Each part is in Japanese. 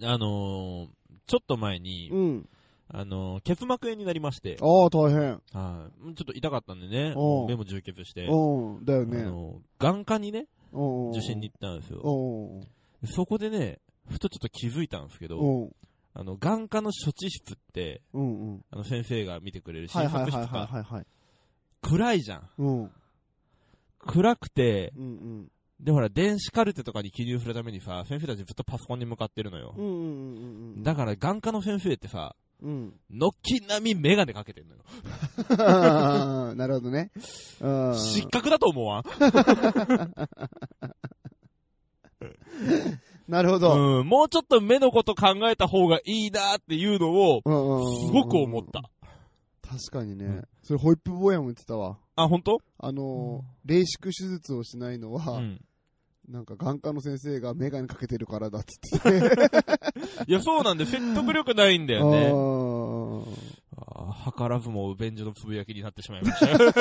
ちょっと前に、結膜炎になりまして。 ああ、大変。 ちょっと痛かったんでね、目も充血して。 だよね。 眼科にね、受診に行ったんですよ。そこでね、ふとちょっと気づいたんですけど、眼科の処置室って、先生が見てくれる診察室が、暗いじゃん。暗くて、で、ほら、電子カルテとかに記入するためにさ、先生たちずっとパソコンに向かってるのよ。だから、眼科の先生ってさ、軒並みメガネかけてんのよ。 なるほどね。 失格だと思うわ。 なるほど。 もうちょっと目のこと考えた方がいいなっていうのを、すごく思った。 確かにね。それホイップ坊やも言ってたわ。 あ、本当？ レーシック手術をしないのは、なんか眼科の先生がメガネかけてるからだって言ってて。 いや、そうなんで、説得力ないんだよね。図らずも便所のつぶやきになってしまいましたよ。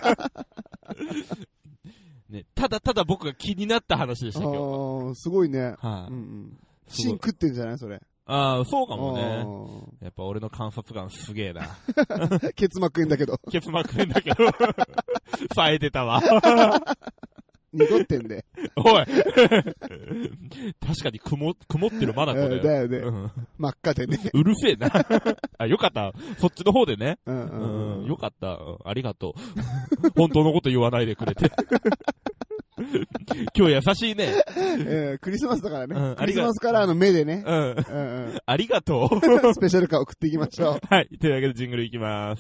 ね、ただただ僕が気になった話でしたけど。 すごいね。芯食ってんじゃないそれ。 そうかもね。やっぱ俺の観察眼すげえな。 結膜炎だけど。 結膜炎だけど。冴えてたわ。 濁ってんで。 おい。確かに曇ってるまだこれ。 だよね。真っ赤でね。 うるせえな。よかった。そっちの方でね。よかった。ありがとう。本当のこと言わないでくれて。今日優しいね。 クリスマスだからね。クリスマスカラーの目でね。 ありがとう。 スペシャルカー送っていきましょう。 はい。というわけでジングルいきます。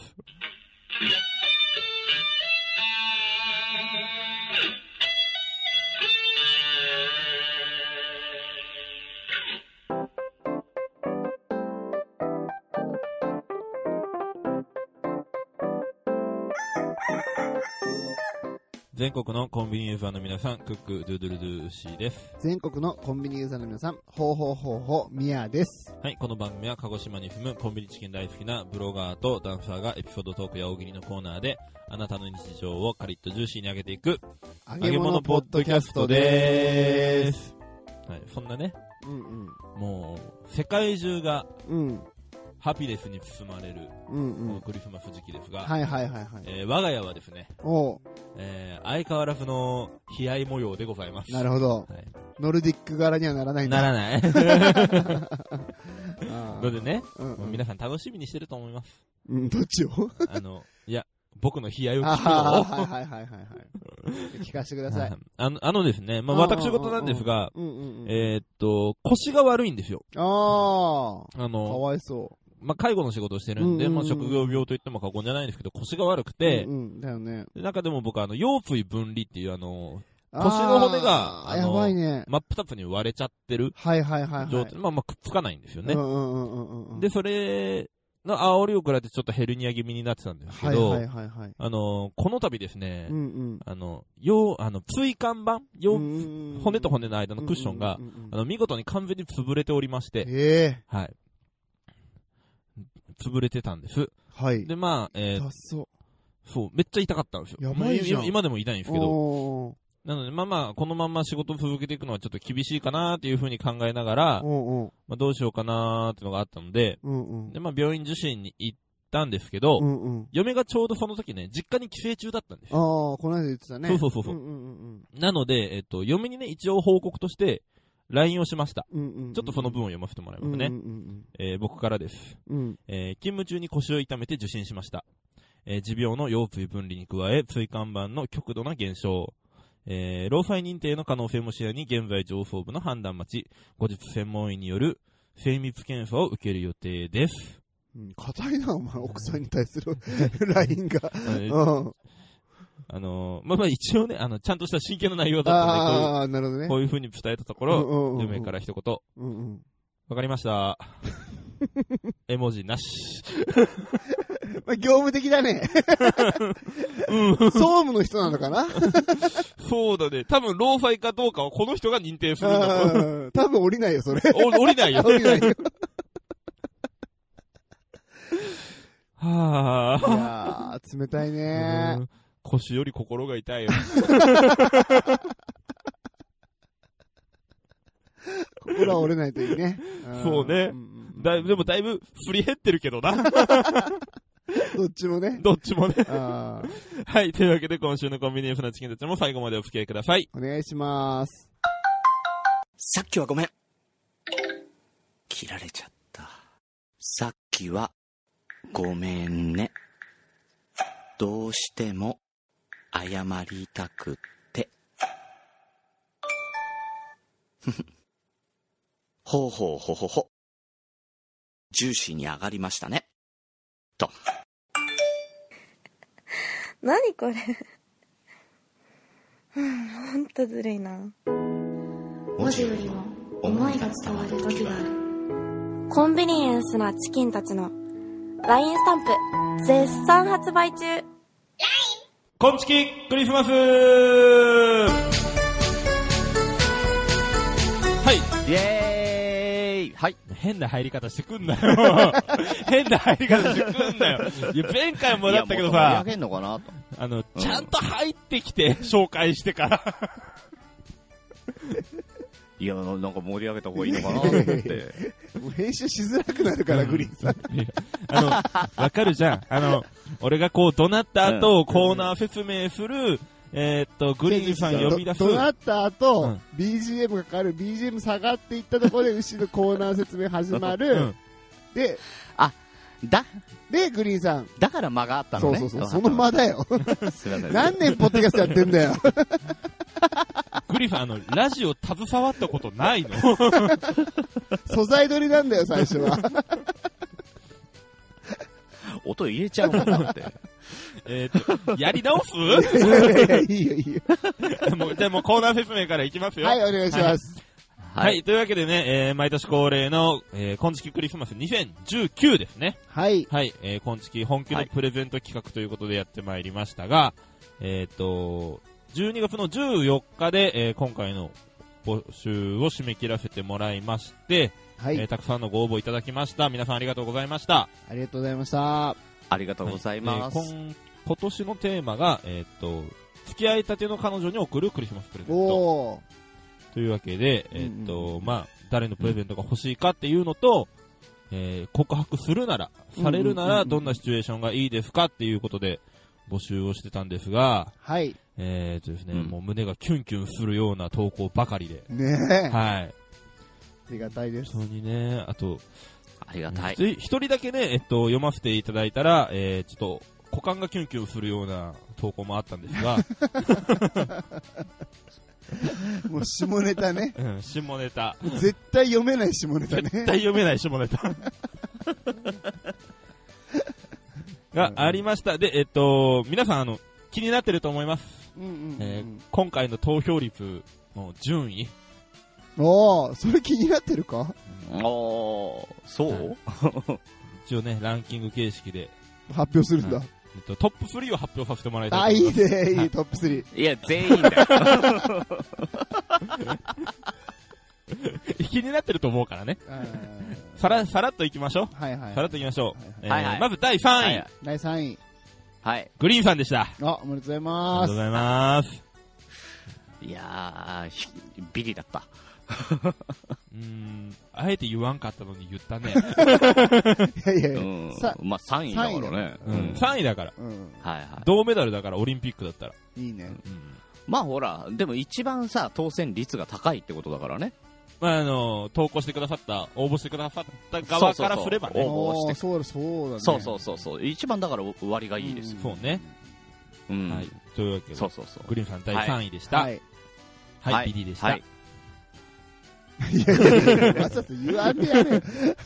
全国のコンビニユーザーの皆さん、クック、ドゥドゥルドゥーシーです。 全国のコンビニユーザーの皆さん、ほうほうほうほう、ミヤです。 はい、この番組は鹿児島に住むコンビニチキン大好きなブロガーとダンサーがエピソードトークや大喜利のコーナーで、あなたの日常をカリッとジューシーに上げていく、揚げ物ポッドキャストでーす。はい、そんなね、もう、世界中が、ハピネスに包まれる、クリスマス時期ですが、我が家はですね、相変わらずの悲哀模様でございます。 なるほど。ノルディック柄にはならないんだ。 ならない。のでね、皆さん楽しみにしてると思います。 どっちをいや、僕の悲哀を聞くのを。 聞かせてください。 ですね、私事なんですが、腰が悪いんですよ。 かわいそう。 介護の仕事をしてるんで、職業病と言っても過言じゃないんですけど、腰が悪くて、 だよね。 中でも僕腰椎分離っていう腰の骨が、 やばいね。 真っ二つに割れちゃってる状態、くっつかないんですよね。で、それの煽りを食らってちょっとヘルニア気味になってたんですけど、この度ですね、椎間板、骨と骨の間のクッションが、見事に完全に潰れておりまして、はい。潰れてたんです。 はい。 で、そう、めっちゃ痛かったんですよ。 やばいじゃん。 今でも痛いんですけど、なので、このまま仕事を続けていくのはちょっと厳しいかなーっていう風に考えながら、どうしようかなーってのがあったので、で、病院受診に行ったんですけど、嫁がちょうどその時ね、実家に帰省中だったんですよ。 この間言ってたね。 そう。なので、嫁にね、一応報告として、LINE をしました。ちょっとその文を読ませてもらいますね。僕からです。勤務中に腰を痛めて受診しました。持病の腰椎分離に加え、椎間板の極度な減少。労災認定の可能性も視野に現在上層部の判断待ち。後日専門医による精密検査を受ける予定です。 硬いな、お前、奥さんに対するLINE が。 一応ね、ちゃんとした真剣な内容だったんで、 なるほどね。 こういう風に伝えたところ、嫁から一言。わかりました。絵文字なし。 業務的だね。総務の人なのかな。 そうだね。多分、労災かどうかはこの人が認定するんだと。 多分降りないよ、それ。 降りないよ。 降りないよ。 はぁ。 いやー、冷たいね。 腰より心が痛いよ。 心は折れないといいね。 そうね。でもだいぶ振り減ってるけどな。 どっちもね。 どっちもね。はい。というわけで今週のコンビニエンスなチキンたちも最後までお付き合いください。 お願いします。 さっきはごめん。切られちゃった。さっきはごめんね。どうしても謝りたくって。ほうほうほほほ。ジューシーに上がりましたね。と。 何これ。ほんとずるいな。 文字よりも思いが伝わる時がある。 コンビニエンスなチキンたちの LINE スタンプ絶賛発売中。 こんちきクリスマス。はい。 イエーイ。はい。 変な入り方してくんなよ。変な入り方してくんなよ。いや、前回もだったけどさ、 盛り上げんのかなと。 ちゃんと入ってきて、紹介してから。 いや、なんか盛り上げた方がいいのかなと思って。 もう編集しづらくなるから、グリーンさん。 わかるじゃん。俺がこう怒鳴った後、コーナー説明する、グリーンさん呼び出す。 怒鳴った後、BGM がかかる、BGM 下がっていったところで、後ろコーナー説明始まる。で、で、グリーンさん。 だから間があったのね。 そう、その間だよ。 すいません。 何年ポッドキャストやってんだよ。 グリーンさん、ラジオ携わったことないの？ 素材撮りなんだよ、最初は。 音入れちゃうかなって。 やり直す？ いいよ。 じゃあもうコーナー説明からいきますよ。 はい、お願いします。 はい。というわけでね、毎年恒例の、こんちきクリスマス2019ですね。 はい。 はい。こんちき本気のプレゼント企画ということでやってまいりましたが、12月の14日で、今回の募集を締め切らせてもらいまして、はい。たくさんのご応募いただきました。皆さんありがとうございました。 ありがとうございました。 ありがとうございます。 今年のテーマが、付き合いたての彼女に送るクリスマスプレゼント。というわけで、誰のプレゼントが欲しいかっていうのと、告白するなら、されるならどんなシチュエーションがいいですかっていうことで募集をしてたんですが、 はい。 ですね、もう胸がキュンキュンするような投稿ばかりで。 ねえ。 はい。 ありがたいです。 本当にね、あと、 ありがたい。 一人だけね、読ませていただいたら、ちょっと、股間がキュンキュンするような投稿もあったんですが、 もう下ネタね。 うん、下ネタ。 絶対読めない下ネタね。 絶対読めない下ネタ。がありました。で、皆さん、気になってると思います。今回の投票率の順位。 それ気になってるか？ そう？ 一応ね、ランキング形式で。 発表するんだ。 トップ3を発表させてもらいたいと思います。 いいね、いい、トップ3。 いや、全員だよ。 気になってると思うからね。さらっといきましょう。 はいはい。 さらっといきましょう。 まず第3位。 第3位。 はい。 グリーンさんでした。 おめでとうございます。 ありがとうございます。 いやー、ビリだった。 あえて言わんかったのに言ったね。 いやいや、 まあ3位だからね。 3位だから。 はいはい。 銅メダルだから、オリンピックだったら。 いいね。 まあほら、でも一番さ、当選率が高いってことだからね。 まあ投稿してくださった、応募してくださった側からすればね。 そうだね。 そう。一番だから割がいいですよ。 そうね。はい。というわけで、 そう。 グリーンさん第3位でした。はい。ビリでした。 いや、わざと言わんでやれ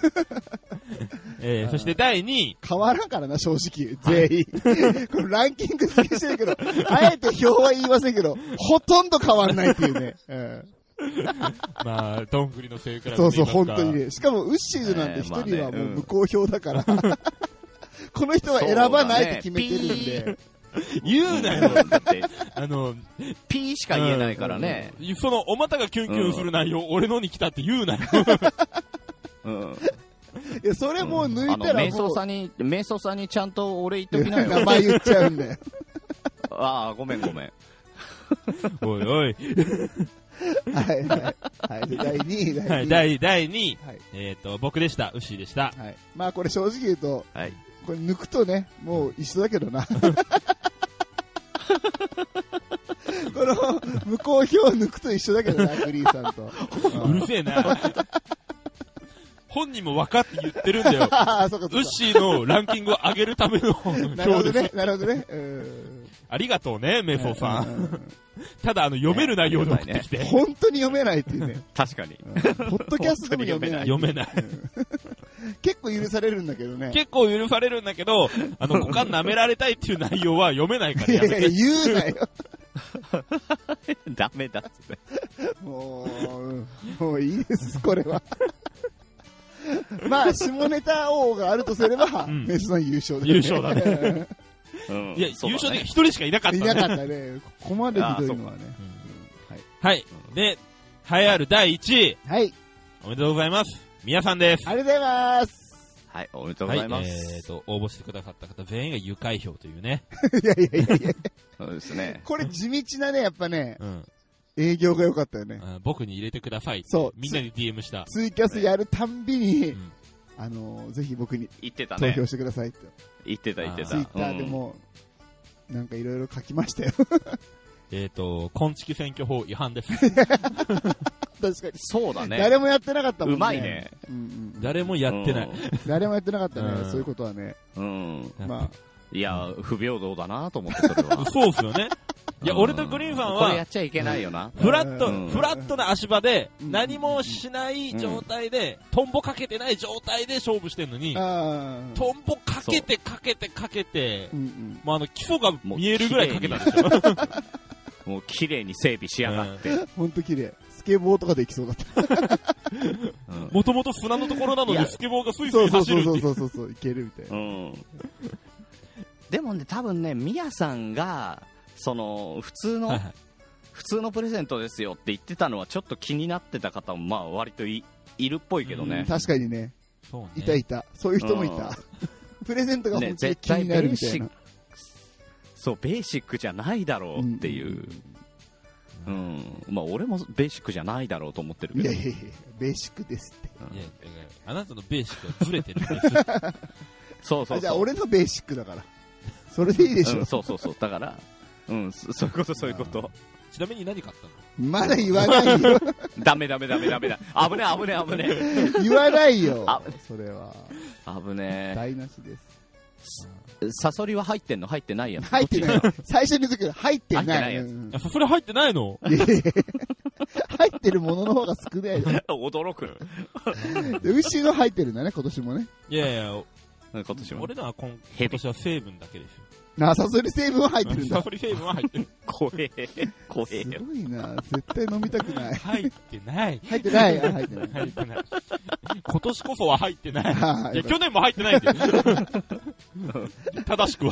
よ。 そして第2位。 変わらんからな、正直。全員。このランキング付けしてるけど、あえて票は言いませんけど、ほとんど変わんないっていうね。 まあ、どんぐりの背比べ。 そう、本当にね。しかも、ウッシーズなんて一人はもう無効票だから、この人は選ばないって決めてるんで。 言うなよ。だって、 P しか言えないからね。 その、お股がキュンキュンする内容、俺のに来たって言うなよ。 いや、それもう抜いたらもう。 瞑想さんにちゃんと俺言っときなよ。 名前言っちゃうんだよ。 ああ、ごめん。 おいおい。 はい。 はい、第2位。 はい、第2位。はい、僕でした。ウッシーでした。 はい。まあこれ正直言うと、はい、これ抜くとね、もう一緒だけどな。この無効票を抜くと一緒だけどな、グリーンさんと。 うるせえな。本人も分かって言ってるんだよ。ウッシーのランキングを上げるための票です。 なるほどね、なるほどね。 ありがとうね、メイフォーさん。ただ、読める内容で送ってきて。 本当に読めないっていうね。 確かに。 ポッドキャストでも読めない。 読めない。 結構許されるんだけどね。 結構許されるんだけど、股間舐められたいっていう内容は読めないからやめて。 いや言うなよ。 ダメだっつって。 もういいです、これは。まあ、下ネタ王があるとすれば、メスさん優勝だね。 優勝だね。いや、優勝で一人しかいなかったね。 いなかったね。ここまでひどいのはね。 はい。で、栄えある第1位。 はい。 おめでとうございます。みやさんです。 ありがとうございます。 はい、おめでとうございます。 応募してくださった方全員が愉快票というね。 いや。 そうですね。 これ地道なね、やっぱね。営業が良かったよね。 僕に入れてください。 そう。 みんなに DM した。 ツイキャスやるたんびに、ぜひ僕に投票してくださいって。 言ってた。 ツイッターでも、なんかいろいろ書きましたよ。 昆虫選挙法違反です。 確かに。 そうだね。 誰もやってなかったもんね。 うまいね。 誰もやってない。 誰もやってなかったね。そういうことはね。 まあ。いや、不平等だなと思って、それは。 そうっすよね。いや、俺とグリーンさんは、 これやっちゃいけないよな。 フラットな足場で、何もしない状態で、トンボかけてない状態で勝負してんのに、トンボかけて、もう基礎が見えるぐらいかけたでしょ。 もう綺麗に整備しやがって。 ほんと綺麗。スケボーとかできそうだった。 もともと船のところなのにスケボーがスイスイ走るって。 そう、いけるみたいな。 でもね、多分ね、ミヤさんが、普通のプレゼントですよって言ってたのはちょっと気になってた方もまあ割といるっぽいけどね。 確かにね。いた。そういう人もいた。プレゼントが本当に気になるみたいな。 そう、ベーシックじゃないだろうっていう。まあ俺もベーシックじゃないだろうと思ってるけど。 いや、ベーシックですって。 あなたのベーシックはずれてるんです。 そう。 じゃあ俺のベーシックだから。それでいいでしょ。 そう。だから、そういうこと。 ちなみに何買ったの？まだ言わないよ。 ダメだ。危ね。 言わないよ。それは。 危ね。 台無しです。 サソリは入ってんの？入ってないやん。 入ってない。最初に言うけど入ってない。 サソリ入ってないの？ 入ってるものの方が少ないよ。 驚く。 牛の入ってるんだね、今年もね。 いや。 今年も。 俺のは今年は成分だけですよ。 サソリ成分は入ってるんだ。 サソリ成分は入ってる。 怖えよ。 すごいな。絶対飲みたくない。 入ってない。 入ってない。 今年こそは入ってない。いや、去年も入ってないんだよ。正しくは。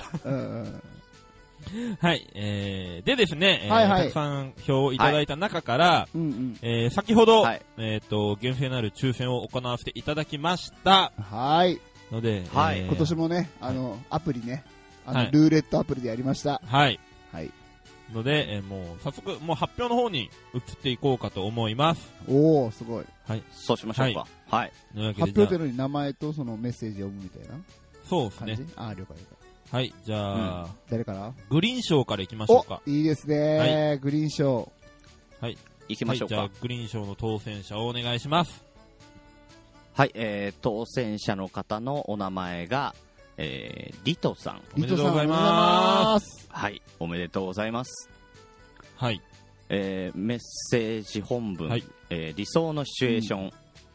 はい。でですね、たくさん票をいただいた中から、先ほど、厳正なる抽選を行わせていただきました。 はい。 ので、 今年もね、アプリね、ルーレットアプリでやりました。 はい。ので、もう早速、もう発表の方に移っていこうかと思います。 おー、すごい。 はい。 そうしましょうか。はい。 発表ってのに名前とそのメッセージ読むみたいな。 そうですね。 了解。 はい、じゃあ、 誰からグリーン賞からいきましょうか。 いいですね、グリーン賞。 はい。 行きましょうか。 じゃあ、グリーン賞の当選者をお願いします。 はい、当選者の方のお名前が、リトさん。 おめでとうございます。 はい、おめでとうございます。 はい。 メッセージ本文、理想のシチュエーション。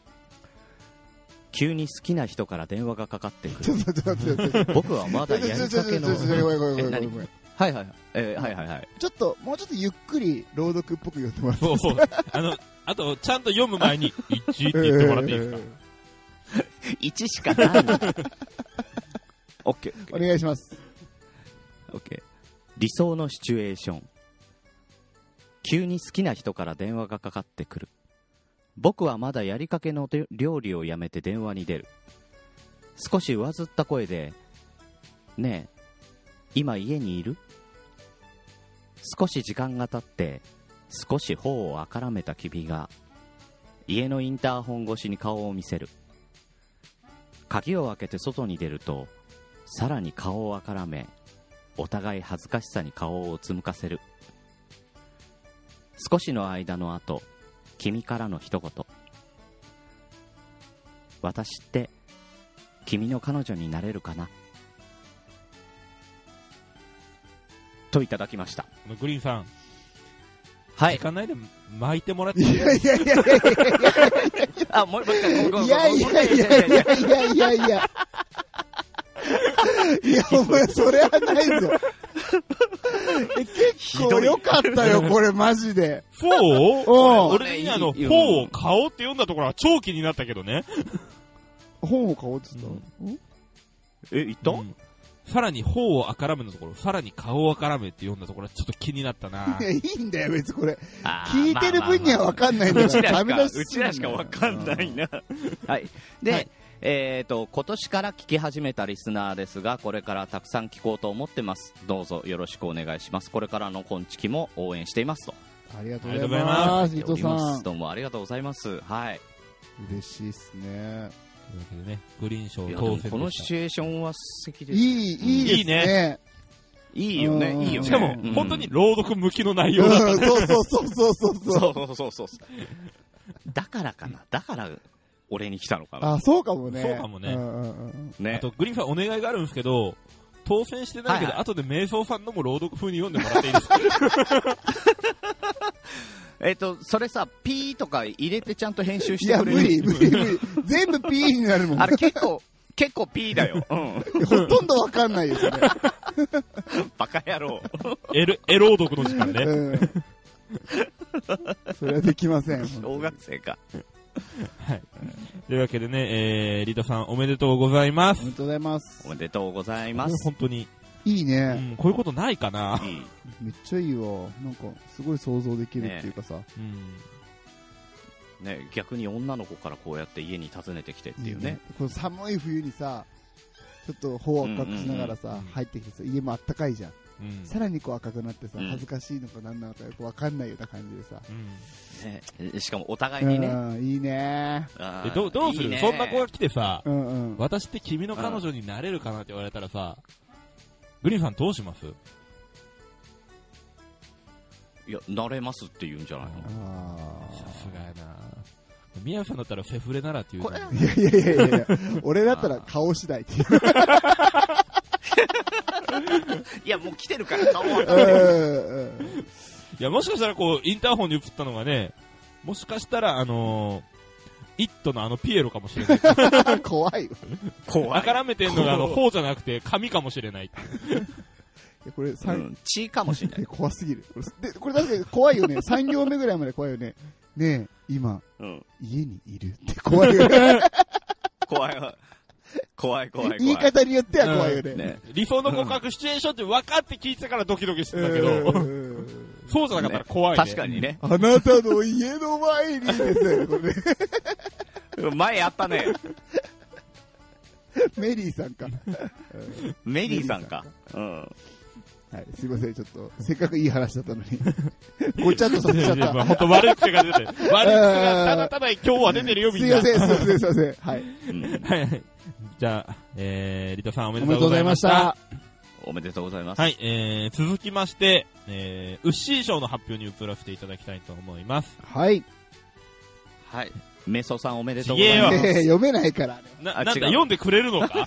急に好きな人から電話がかかってくる。僕はまだやりかけの。はい。 ちょっと、もうちょっとゆっくり朗読っぽく読んでもらっていいですか？あと、ちゃんと読む前に、1って言ってもらっていいですか ？1しかない。オッケー。 お願いします。 オッケー。理想のシチュエーション。急に好きな人から電話がかかってくる。僕はまだやりかけの料理をやめて電話に出る。少し上ずった声で、ねえ、今家にいる？少し時間が経って、少し頬をあからめた君が、 家のインターホン越しに顔を見せる。鍵を開けて外に出るとさらに顔をあからめ、お互い恥ずかしさに顔をうつむかせる。少しの間の後、君からの一言。私って君の彼女になれるかな、といただきました。 グリーンさん、 はい。 時間ないで巻いてもらっていい？ いやいやいやいやあ、もう一回。 いやいやいやいやいやいやいや。いや、お前、それはないぞ。結構良かったよ、これ、マジで。 4？俺的に4を顔って読んだところは超気になったけどね。 本を顔って言ったの？ 言った？ さらに頬をあからめのところ、さらに顔をあからめって読んだところはちょっと気になったな。 いや、いいんだよ、別にこれ。聞いてる分には分かんないんだから、 うちらしか分かんないな。はい。で、今年から聞き始めたリスナーですが、これからたくさん聞こうと思ってます。どうぞよろしくお願いします。これからの今月も応援していますと。 ありがとうございます。伊藤さん。 どうもありがとうございます。はい。 嬉しいっすね。 というわけでね、グリーン賞当選でした。 このシチュエーションは素敵です。 いいですね。 いいよね、いいよね。 しかも、本当に朗読向きの内容だった、ね。 そう。 だからかな。だから俺に来たのかな。 あ、そうかもね。 そうかもね。ね。あとグリーンさんお願いがあるんですけど、当選してないけど、後で瞑想さんのも朗読風に読んでもらっていいですか？ それさ、ピーとか入れてちゃんと編集してくれる？ いや、無理。全部ピーになるもん。 あれ結構ピーだよ。 ほとんどわかんないよ、それ。 バカ野郎。 エロ読の時間ね。 それはできません。 小学生か。 はい。というわけでね、リトさんおめでとうございます。 おめでとうございます。 おめでとうございます。 本当に。 いいね、 こういうことないかな。 めっちゃいいわ。なんかすごい想像できるっていうかさ、 ね、逆に女の子からこうやって家に訪ねてきてっていうね。 この寒い冬にさ、ちょっと頬を赤くしながらさ、入ってきてさ、家もあったかいじゃん。さらにこう赤くなってさ、恥ずかしいのかなんなのかよくわかんないような感じでさ。 ね、しかもお互いにね。 いいね。 どうする？そんな子が来てさ、私って君の彼女になれるかなって言われたらさ、グリーンさんどうします？ いや、なれますって言うんじゃないの？ さすがやな。宮さんだったらフェフレならって言うじゃん。 いや俺だったら顔次第って言う。 いや、もう来てるから顔は。 いや、もしかしたらこうインターホンに映ったのがね、もしかしたらイットのピエロかもしれない。 怖い。 あからめてんのが頬じゃなくて髪かもしれない。 これ血かもしれない。 怖すぎる。これだって怖いよね。3行目ぐらいまで怖いよね。ねえ、今、家にいるって怖いよね。 怖い。 言い方によっては怖いよね。 理想の告白シチュエーションって分かって聞いてたからドキドキしてたけど、そうじゃなかったら怖いね。 確かにね。 あなたの家の前にですね、これ。前やったね。 メリーさんか。 メリーさんか。 はい、すいません、ちょっと、せっかくいい話だったのに。ごちゃっとさせちゃった。 本当悪い癖が出て。悪い癖がただただ今日は出てるよ、みんな。 すいません。はい。 はい。じゃあ、リトさんおめでとうございました。 おめでとうございます。 はい、続きまして、ウッシー賞の発表に移らせていただきたいと思います。 はい。 はい。メソさんおめでとうございます。 読めないから。 なんだ、読んでくれるのか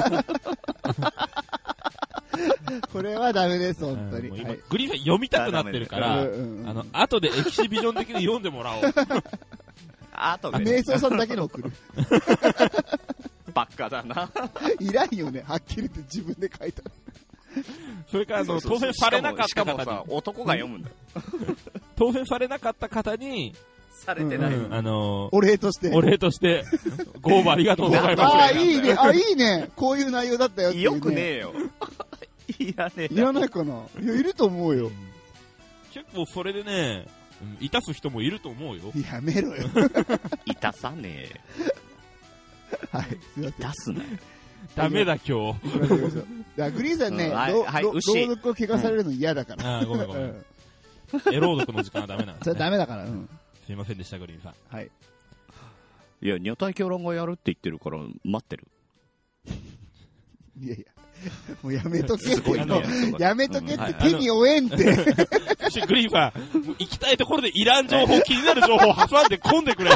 これはダメです、本当に。 今グリーンさん読みたくなってるから、後でエキシビジョン的に読んでもらおう。 後で。 瞑想さんだけの送る。 バカだな。 いらんよね、はっきり言って自分で書いた。 それから当選されなかった方に。 男が読むんだよ。 当選されなかった方に、 されてない。 お礼として。 ご応募ありがとうございます。 いいね。こういう内容だったよっていうね。 よくねえよ。いらねえ。 いらないかな。いや、いると思うよ。 結構それでね、いたす人もいると思うよ。 やめろよ。 いたさねえ。 はい、すいません。 いたすね。 ダメだ、今日。 グリーンさんね、朗読を怪我されるの嫌だから。 ごめん。朗読の時間はダメなんです。 それダメだから。 すいませんでした、グリーンさん。 はい。 いや、女体狂乱がやるって言ってるから待ってる。 いやいや、もうやめとけってやめとけって手に負えんって。グリーンさん、行きたいところでいらん情報、気になる情報を挟んで込んでくれ。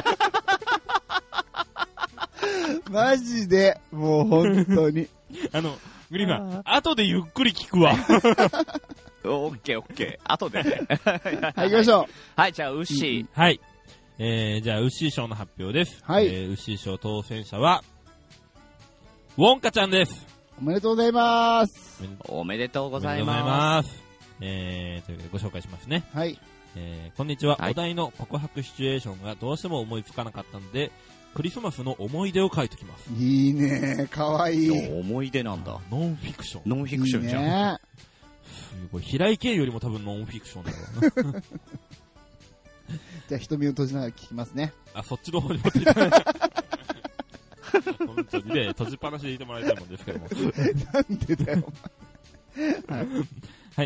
マジで、もう本当に。 グリーンさん、後でゆっくり聞くわ。 オッケーオッケー。後でね。 はい、行きましょう。 はい、じゃあ、ウッシー。はい。じゃあ、ウッシー賞の発表です。 はい。 ウッシー賞当選者は、ウォンカちゃんです。 おめでとうございます。 おめでとうございます。 というわけでご紹介しますね。 はい。 こんにちは、 はい。 お題の告白シチュエーションがどうしても思いつかなかったので、クリスマスの思い出を書いておきます。 いいね、かわいい。 思い出なんだ。 ノンフィクション。 ノンフィクションじゃん。いいね、 すごい。平井堅よりも多分ノンフィクションだろうな。 じゃあ瞳を閉じながら聞きますね。 あ、そっちの方に持っていただいて。本当にね、閉じっぱなしでいてもらいたいもんですけども。 なんでだよ。 はい、はい、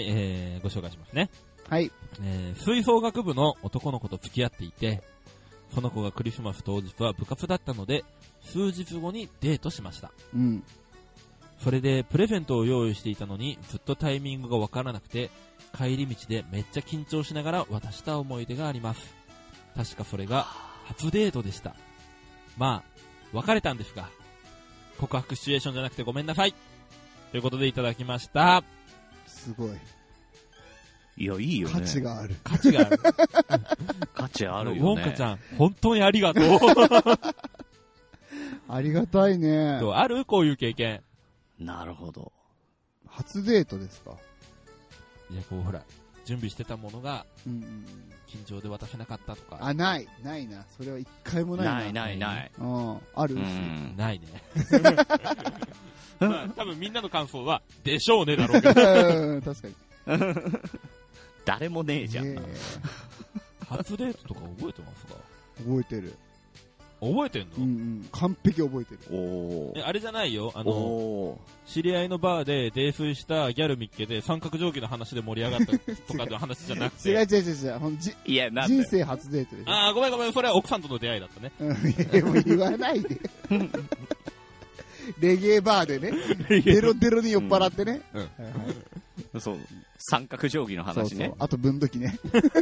ご紹介しますね。 はい。 吹奏楽部の男の子と付き合っていて、その子がクリスマス当日は部活だったので、数日後にデートしました。 うん。 それでプレゼントを用意していたのに、ずっとタイミングがわからなくて、帰り道でめっちゃ緊張しながら渡した思い出があります。確かそれが初デートでした。まあ、別れたんですが、告白シチュエーションじゃなくてごめんなさい。ということでいただきました。 すごい。 いや、いいよね。 価値がある。 価値がある。 価値あるよね。 ウォンカちゃん、本当にありがとう。 ありがたいね。 あるこういう経験。 なるほど。 初デートですか？ いや、こうほら、準備してたものが、緊張で渡せなかったとか。 あ、ないな。それは一回もないな。ない。 うん。あるし。 ないね。まあ、多分みんなの感想は、でしょうねだろうけど。 確かに。 誰もねえじゃん。 初デートとか覚えてますか？ 覚えてる。 覚えてんの？ うん、完璧覚えてる。 あれじゃないよ。知り合いのバーで泥酔したギャルミッケで三角定規の話で盛り上がったとかの話じゃなくて。 違う。 いや、なん人生初デートでしょ。 ああ、ごめん。それは奥さんとの出会いだったね。 もう言わないで。レゲエバーでね。デロデロに酔っ払ってね。 そう。三角定規の話ね。 そう。あと分度器ね。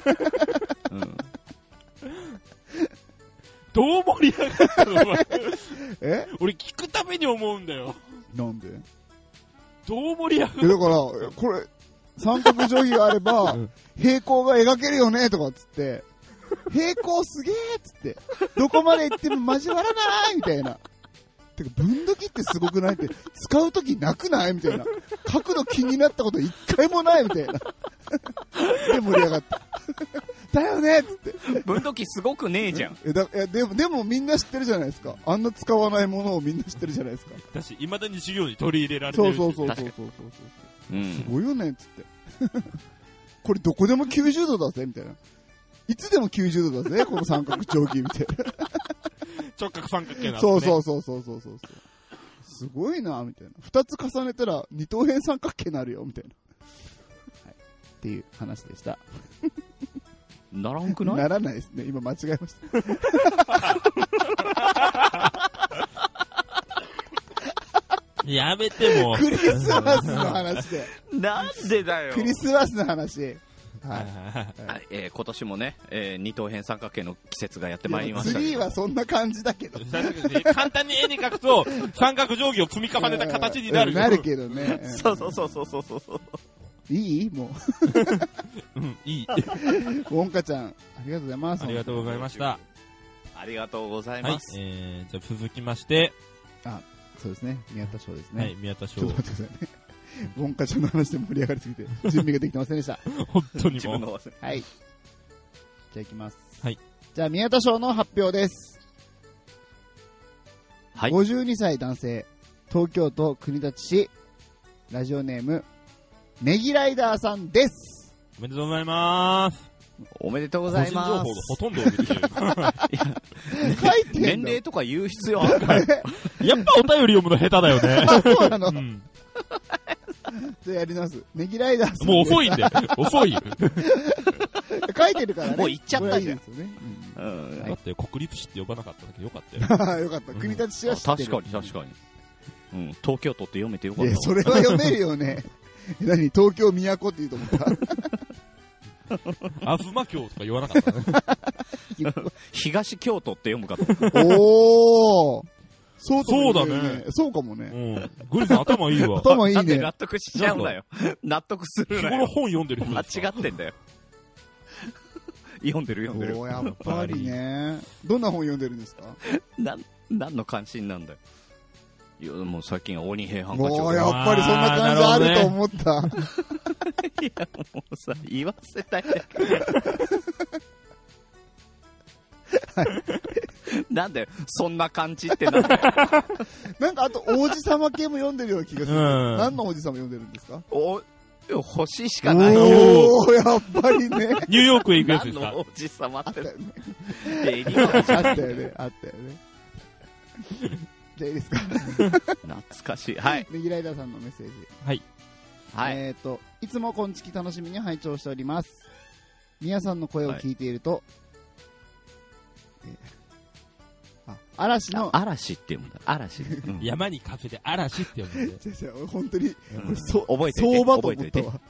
どう盛り上がったの？俺聞くために思うんだよ。 なんで？ どう盛り上がった？ だから、これ、三角定規があれば、平行が描けるよね、とかっつって、平行すげーっつって、どこまで行っても交わらないみたいな。てか、分度器ってすごくないって、使うときなくないみたいな。角度気になったこと一回もないみたいな。で、盛り上がった。だよねっつって。 分度器すごくねえじゃん。 でもみんな知ってるじゃないですか。あんな使わないものをみんな知ってるじゃないですか。 だし、未だに授業に取り入れられてるし。 そう。すごいよねっつって。これどこでも90度だぜみたいな。いつでも90度だぜこの三角定規みたいな。 直角三角形なんですね。 そう。すごいなみたいな。2つ重ねたら二等辺三角形になるよみたいな。はい。っていう話でした。 ならんくない？ ならないですね。今間違えました。 やめても。 クリスマスの話で。 なんでだよ。 クリスマスの話。はい。 今年もね、二等辺三角形の季節がやってまいりました。 ツリーはそんな感じだけど。 簡単に絵に描くと、三角定規を積み重ねた形になる。 なるけどね。 そう。 いいもう。いい。 ウォンカちゃん、ありがとうございます。 ありがとうございました。 ありがとうございます。 じゃあ続きまして。 そうですね。宮田賞ですね。 はい、宮田賞。 ちょっと待ってくださいね。ウォンカちゃんの話で盛り上がりすぎて、準備ができてませんでした。 本当にもう。 はい。じゃあ行きます。 はい。 じゃあ宮田賞の発表です。 はい。 52歳男性、東京都国立市、ラジオネーム、ネギライダーさんです。 おめでとうございます。 おめでとうございます。 個人情報がほとんど見てる。 書いてんの？ 年齢とか言う必要あるかやっぱお便り読むの下手だよね。 あ、そうなの。じゃあやります。ネギライダーさん。 もう遅いんで。遅い。 書いてるからね。 もう言っちゃったじゃん。 だって国立市って呼ばなかっただけどよかったよ。 よかった。国立市は知ってる。 確かに。東京都って読めてよかった。 それは読めるよね。何東京都って言うと思った。 アフマ京とか言わなかったね。 東京都って読むかと。 おー。そうだね。 そうかもね。 グリさん頭いいわ。 頭いいね。 なんで納得しちゃうんだよ。納得するなよ。 日頃本読んでる人間違ってんだよ。読んでる。 やっぱりね。どんな本読んでるんですか？ 何の関心なんだよ。いや、もう最近は鬼平犯科帳。 もうやっぱりそんな感じあると思った。 いや、もうさ、言わせたいんだけど。なんだよ、そんな感じってなんだよ。 なんかあと王子様系も読んでるような気がする。何の王子様読んでるんですか？ 星しかないよ。 おー、やっぱりね。 ニューヨークへ行くやつですか？ 何の王子様って。 あったよね。じゃあいいですか？ 懐かしい。はい。 ネギライダーさんのメッセージ。 はい。 いつもこんちき楽しみに拝聴しております。皆さんの声を聞いていると、嵐って読むんだ。嵐。 山にカフェで嵐って読むんだよ。 本当に、 覚えて相場と思ったわ。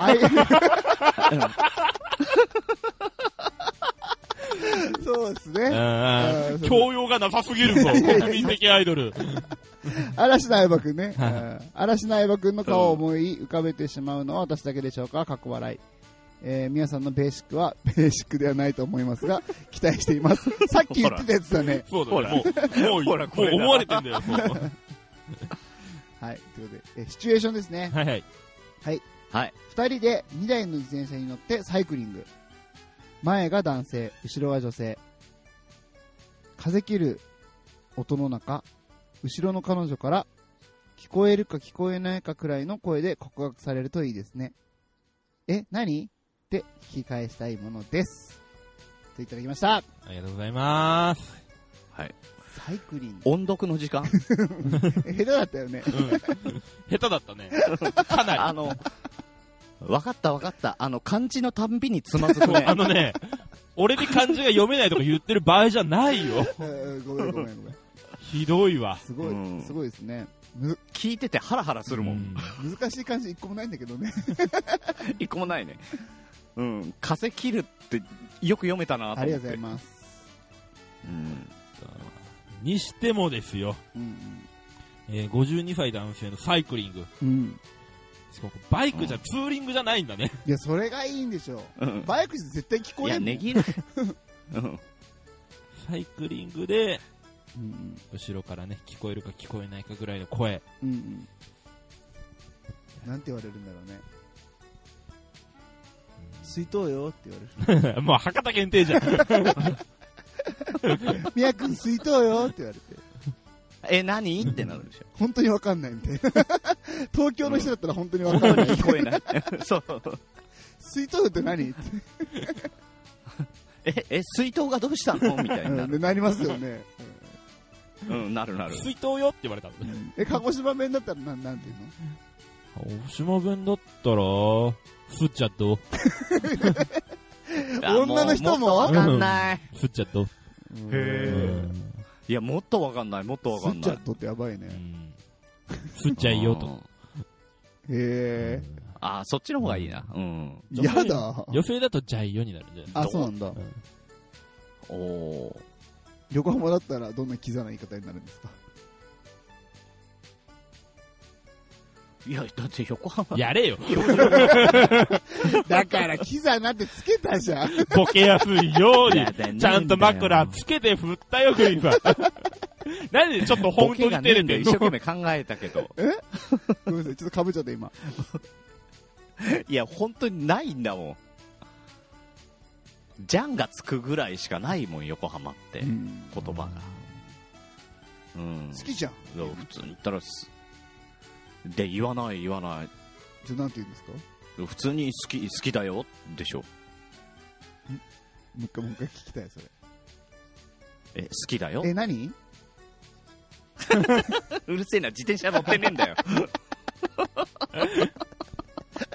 そうですね。 教養がなさすぎるぞ、国民的アイドル。 嵐の相葉くんね。嵐の相葉くんの顔を思い浮かべてしまうのは私だけでしょうか？かっこ笑い。皆さんのベーシックはベーシックではないと思いますが、期待しています。さっき言ってたやつだね。 そうだね。もう思われてんだよ。はい、ということで、シチュエーションですね。 はい。 二人で2台の自転車に乗ってサイクリング。前が男性、後ろは女性。風切る音の中、後ろの彼女から聞こえるか聞こえないかくらいの声で告白されるといいですね。何？って引き返したいものです。といただきました。 ありがとうございます。 はい。 サイクリング。 音読の時間下手だったよね。 下手だったね。かなり。 わかった。漢字のたんびにつまずくね。 俺に漢字が読めないとか言ってる場合じゃないよ。 ごめん。 ひどいわ。 すごいですね。 聞いててハラハラするもん。 難しい漢字一個もないんだけどね。 一個もないね。風切るってよく読めたなと思って。 ありがとうございます。 にしてもですよ。52歳男性のサイクリング。しかもバイクじゃツーリングじゃないんだね。 いや、それがいいんでしょ。バイクじゃ絶対聞こえない。 いや、ねぎる。 サイクリングで、後ろからね、聞こえるか聞こえないかぐらいの声。なんて言われるんだろうね。水筒よって言われる。 もう博多限定じゃん。 宮君水筒よって言われて。 何ってなるでしょ。 本当にわかんないみたいな。東京の人だったら本当にわかんない。 聞こえない。そう。 水筒って何？ 水筒がどうしたのみたいな。 なりますよね。 なる。 水筒よって言われたの。 鹿児島弁だったらなんて言うの？ 鹿児島弁だったら、ふっちゃっと。 女の人もわかんない。 ふっちゃっと。 いや、もっとわかんない。ふっちゃっとってやばいね。 ふっちゃいよと。 そっちの方がいいな。 やだ。 女性だとジャイよになるんだよね。 そうなんだ。横浜だったらどんなキザな言い方になるんですか？ いや、だって横浜。 やれよ。 だからキザなってつけたじゃん。 ボケやすいように、ちゃんと枕つけて振ったよ、クリさん。なんでちょっと本当に照れてんの？ 一生懸命考えたけど。 ごめんなさい、ちょっと被っちゃった今。 いや、本当にないんだもん。ジャンがつくぐらいしかないもん、横浜って。言葉が。 好きじゃん。 普通に言ったらで、言わない。 じゃあなんて言うんですか？ 普通に好きだよでしょ。 もう一回聞きたい、それ。 好きだよ。 何？ うるせえな、自転車乗ってねえんだよ。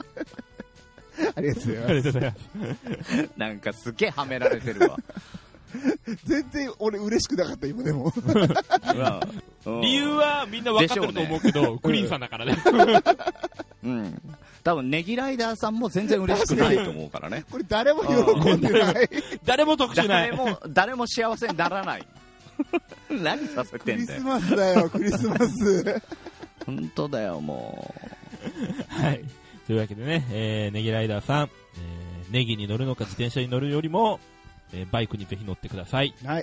ありがとうございます。 なんかすげえはめられてるわ。 全然俺嬉しくなかった今でも。 理由はみんな分かってると思うけど、クリーンさんだからね。 うん。多分ネギライダーさんも全然嬉しくないと思うからね。 これ誰も喜んでない。 誰も得しない。 誰も幸せにならない。何させてんだよ。 クリスマスだよ、クリスマス。 本当だよ、もう。はい。というわけでね、ネギライダーさん、ネギに乗るのか自転車に乗るよりも、バイクにぜひ乗ってください。 はい。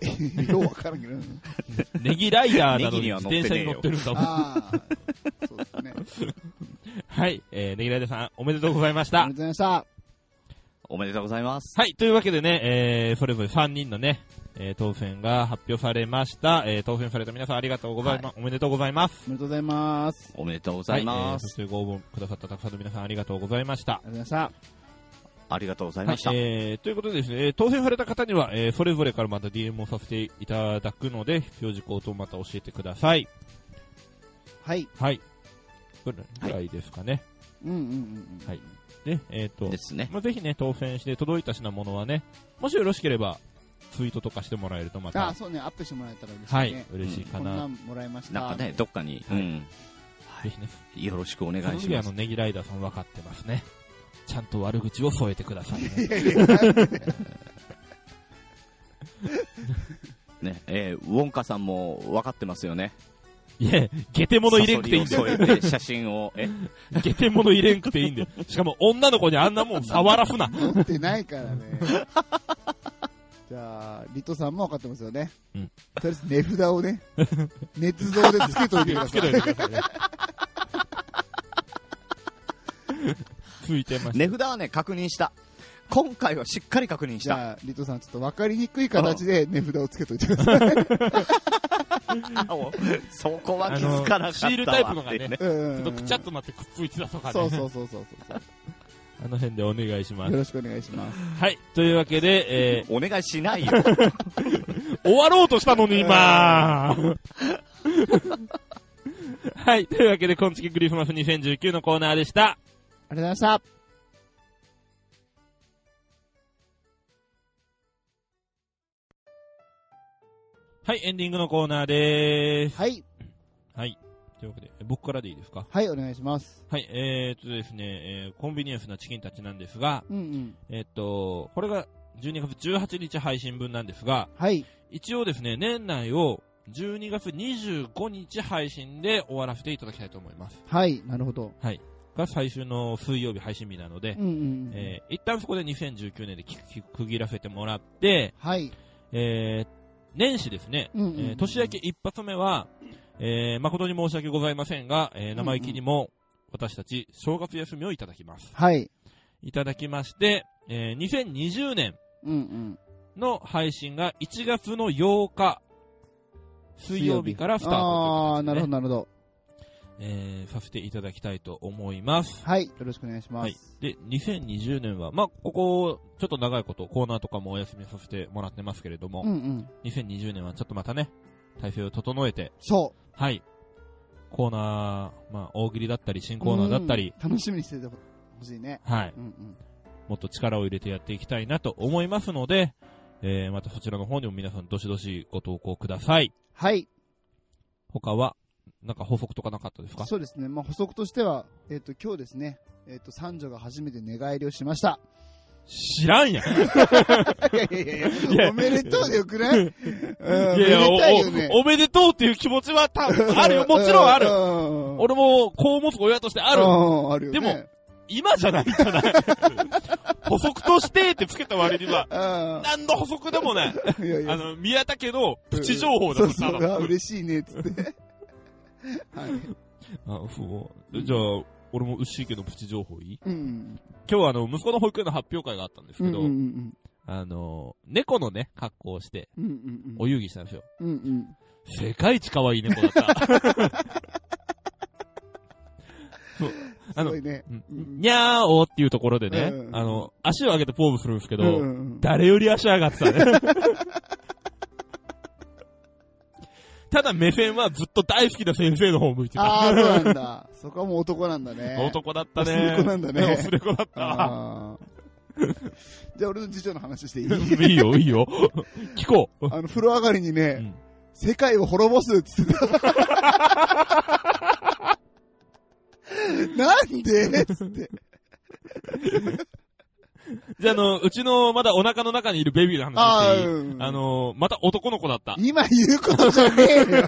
ようわからんけど。 ネギライダーなのに自転車に乗ってるんだもん。 そうですね。 はい。ネギライダーさん、おめでとうございました。 おめでとうございました。 おめでとうございます。 はい。というわけでね、それぞれ3人のね、当選が発表されました。当選された皆さんありがとうございます。おめでとうございます。 おめでとうございます。 おめでとうございます。 そしてご応募くださったたくさんの皆さんありがとうございました。 ありがとうございました。 ありがとうございました。 ということでですね、当選された方には、それぞれからまた DM をさせていただくので、必要事項とまた教えてください。 はい。 はい。ぐらいですかね。はい。で、 ですね。 まあ、ぜひね、当選して届いた品物はね、もしよろしければ、ツイートとかしてもらえるとまた。 あ、そうね、アップしてもらえたら嬉しいね。はい、 嬉しいかな。 こんなんもらいました。 なんかね、どっかに、 ぜひね、 よろしくお願いします。 その時ネギライダーさん分かってますね。ちゃんと悪口を添えてくださいね。 ね、ウォンカさんも分かってますよね。 いや、ゲテモノ入れんくていいんだよ。 添えて写真を、 ゲテモノ入れんくていいんだよ。しかも女の子にあんなもん触らすな。 持ってないからね。じゃあ、リトさんも分かってますよね。 うん。 とりあえず値札をね、捏造でつけといてください。 つけといてくださいね。ついてました。 値札はね、確認した。今回はしっかり確認した。 じゃあ、リトさん、ちょっと分かりにくい形で値札をつけといてください。 そこは気づかなかったわ。 シールタイプのがね、ちょっとくちゃっとなってくっついてたとかね。 そう。 あの辺でお願いします。 よろしくお願いします。 はい。というわけで、 お願いしないよ。 終わろうとしたのに今はい。というわけで、今月クリスマス2019のコーナーでした。 ありがとうございました。 はい、エンディングのコーナーでーす。 はい。 はい。というわけで、僕からでいいですか？ はい、お願いします。 はい、ですね、コンビニエンスなチキンたちなんですが、これが12月18日配信分なんですが、 はい。 一応ですね、年内を12月25日配信で終わらせていただきたいと思います。 はい、なるほど。 はい。が最終の水曜日配信日なので、一旦そこで2019年で区切らせてもらって、 はい。 年始ですね、年明け一発目は、誠に申し訳ございませんが、生意気にも私たち正月休みをいただきます。 はい。 いただきまして、2020年の配信が1月の8日、水曜日からスタートという形で、ね。 ああ、なるほど、なるほど。 させていただきたいと思います。 はい。よろしくお願いします。はい。 で、2020年は、まあ、ここ、ちょっと長いこと、コーナーとかもお休みさせてもらってますけれども、2020年はちょっとまたね、体制を整えて、 そう。 はい。コーナー、まあ、大喜利だったり、新コーナーだったり、 楽しみにしててほしいね。 はい。もっと力を入れてやっていきたいなと思いますので、またそちらの方にも皆さんどしどしご投稿ください。 はい。 他は、なんか補足とかなかったですか？ そうですね。まあ、補足としては、今日ですね、三女が初めて寝返りをしました。 知らんやん。いや、おめでとうでよくない？いや、おめでとうっていう気持ちはあるよ。もちろんある。俺も子を持つ親としてある。 あるよね。 でも、今じゃないんじゃない補足としてってつけた割には、何の補足でもない。宮田家のプチ情報だったら。嬉しいね、つって。はい。 じゃあ、俺もうっしー家のプチ情報いい？今日は息子の保育園の発表会があったんですけど、猫のね、格好をして、お遊戯したんですよ。世界一可愛い猫だった。 すごいね。 にゃーおーっていうところでね、足を上げてポーズするんですけど、誰より足上がってたね。ただ目線はずっと大好きな先生の方を向いてた。 ああ、そうなんだ。そこはもう男なんだね。 男だったね。 オスレコなんだね。 オスレコだった。 じゃあ俺の次女の話していい？ いいよ、いいよ。聞こう。 風呂上がりにね、世界を滅ぼすっつってた。なんでつって。 じゃあ、うちのまだお腹の中にいるベビーの話していい？また男の子だった。 今言うことじゃねえよ。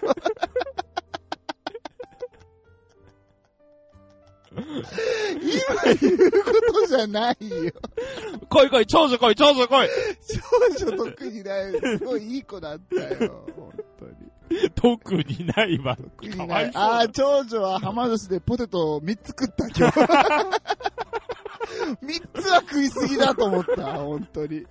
今言うことじゃないよ。 来い来い、長女来い、長女来い。 長女特にない。すごいいい子だったよ。本当に。 特にないわ。 特にない。長女は浜寿司でポテトを3つ食った、今日。3つは食いすぎだと思った、本当に。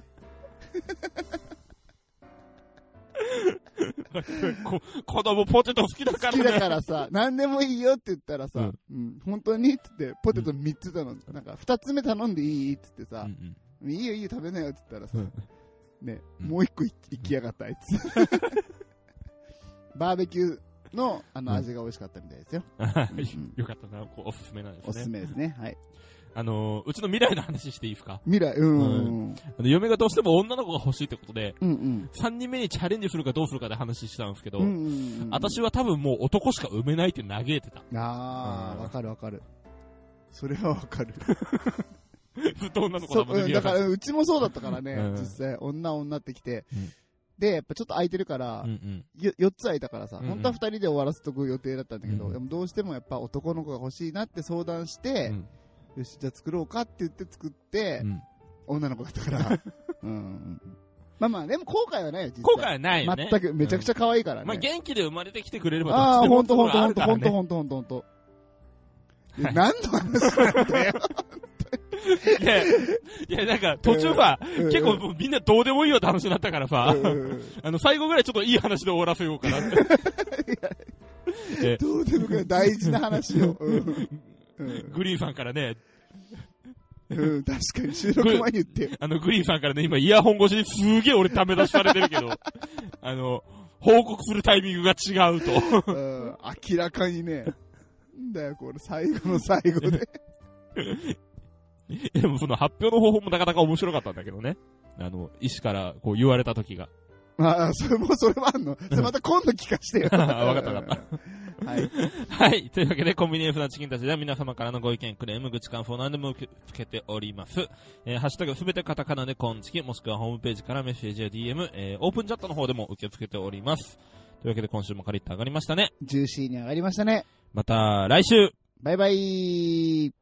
子供ポテト好きだからね。 好きだからさ、何でもいいよって言ったらさ、本当にって言って、ポテト3つ頼んで、なんか2つ目頼んでいいって言ってさ、いいよいいよ食べなよって言ったらさ、ね、もう1個いきやがったあいつ。バーベキューの味が美味しかったみたいですよ。 よかったな、おすすめなんですね。 おすすめですね、はい。 うちの未来の話していいですか？ 未来、 嫁がどうしても女の子が欲しいってことで、3人目にチャレンジするかどうするかで話したんですけど、私は多分もう男しか産めないって嘆いてた。 わかるわかる。それはわかる。 ずっと女の子だもんね。 だからうちもそうだったからね、実際、女ってきて。で、やっぱちょっと空いてるから、4つ空いたからさ、本当は2人で終わらせとく予定だったんだけど、でもどうしてもやっぱ男の子が欲しいなって相談して、よし、じゃあ作ろうかって言って作って、女の子だったから。まあまあ、でも後悔はないよ、実際。 後悔はないよね。 全く、めちゃくちゃ可愛いからね。 まあ元気で生まれてきてくれればどっちでもほんと。何の話なんだよ。 いや、なんか、途中さ、結構みんなどうでもいいよって話になったからさ、最後ぐらいちょっといい話で終わらせようかなって。 どうでもいい大事な話を。 グリーンさんからね、 確かに収録前に言って。 グリーンさんからね、今イヤホン越しにすげえ俺ダメ出しされてるけど、報告するタイミングが違うと。 明らかにね、なんだよ、これ最後の最後で。 でもその発表の方法もなかなか面白かったんだけどね。医師からこう言われた時が。 それもあんの？それまた今度聞かしてよ。 わかった。はい。はい。というわけで、コンビニエンスなチキンたちでは皆様からのご意見、クレーム、愚痴、感想、何でも受けております。ハッシュタグすべてカタカナでコンチキ、もしくはホームページからメッセージや DM、オープンチャットの方でも受け付けております。というわけで、今週もカリッと上がりましたね。 ジューシーに上がりましたね。 また来週。 バイバイ。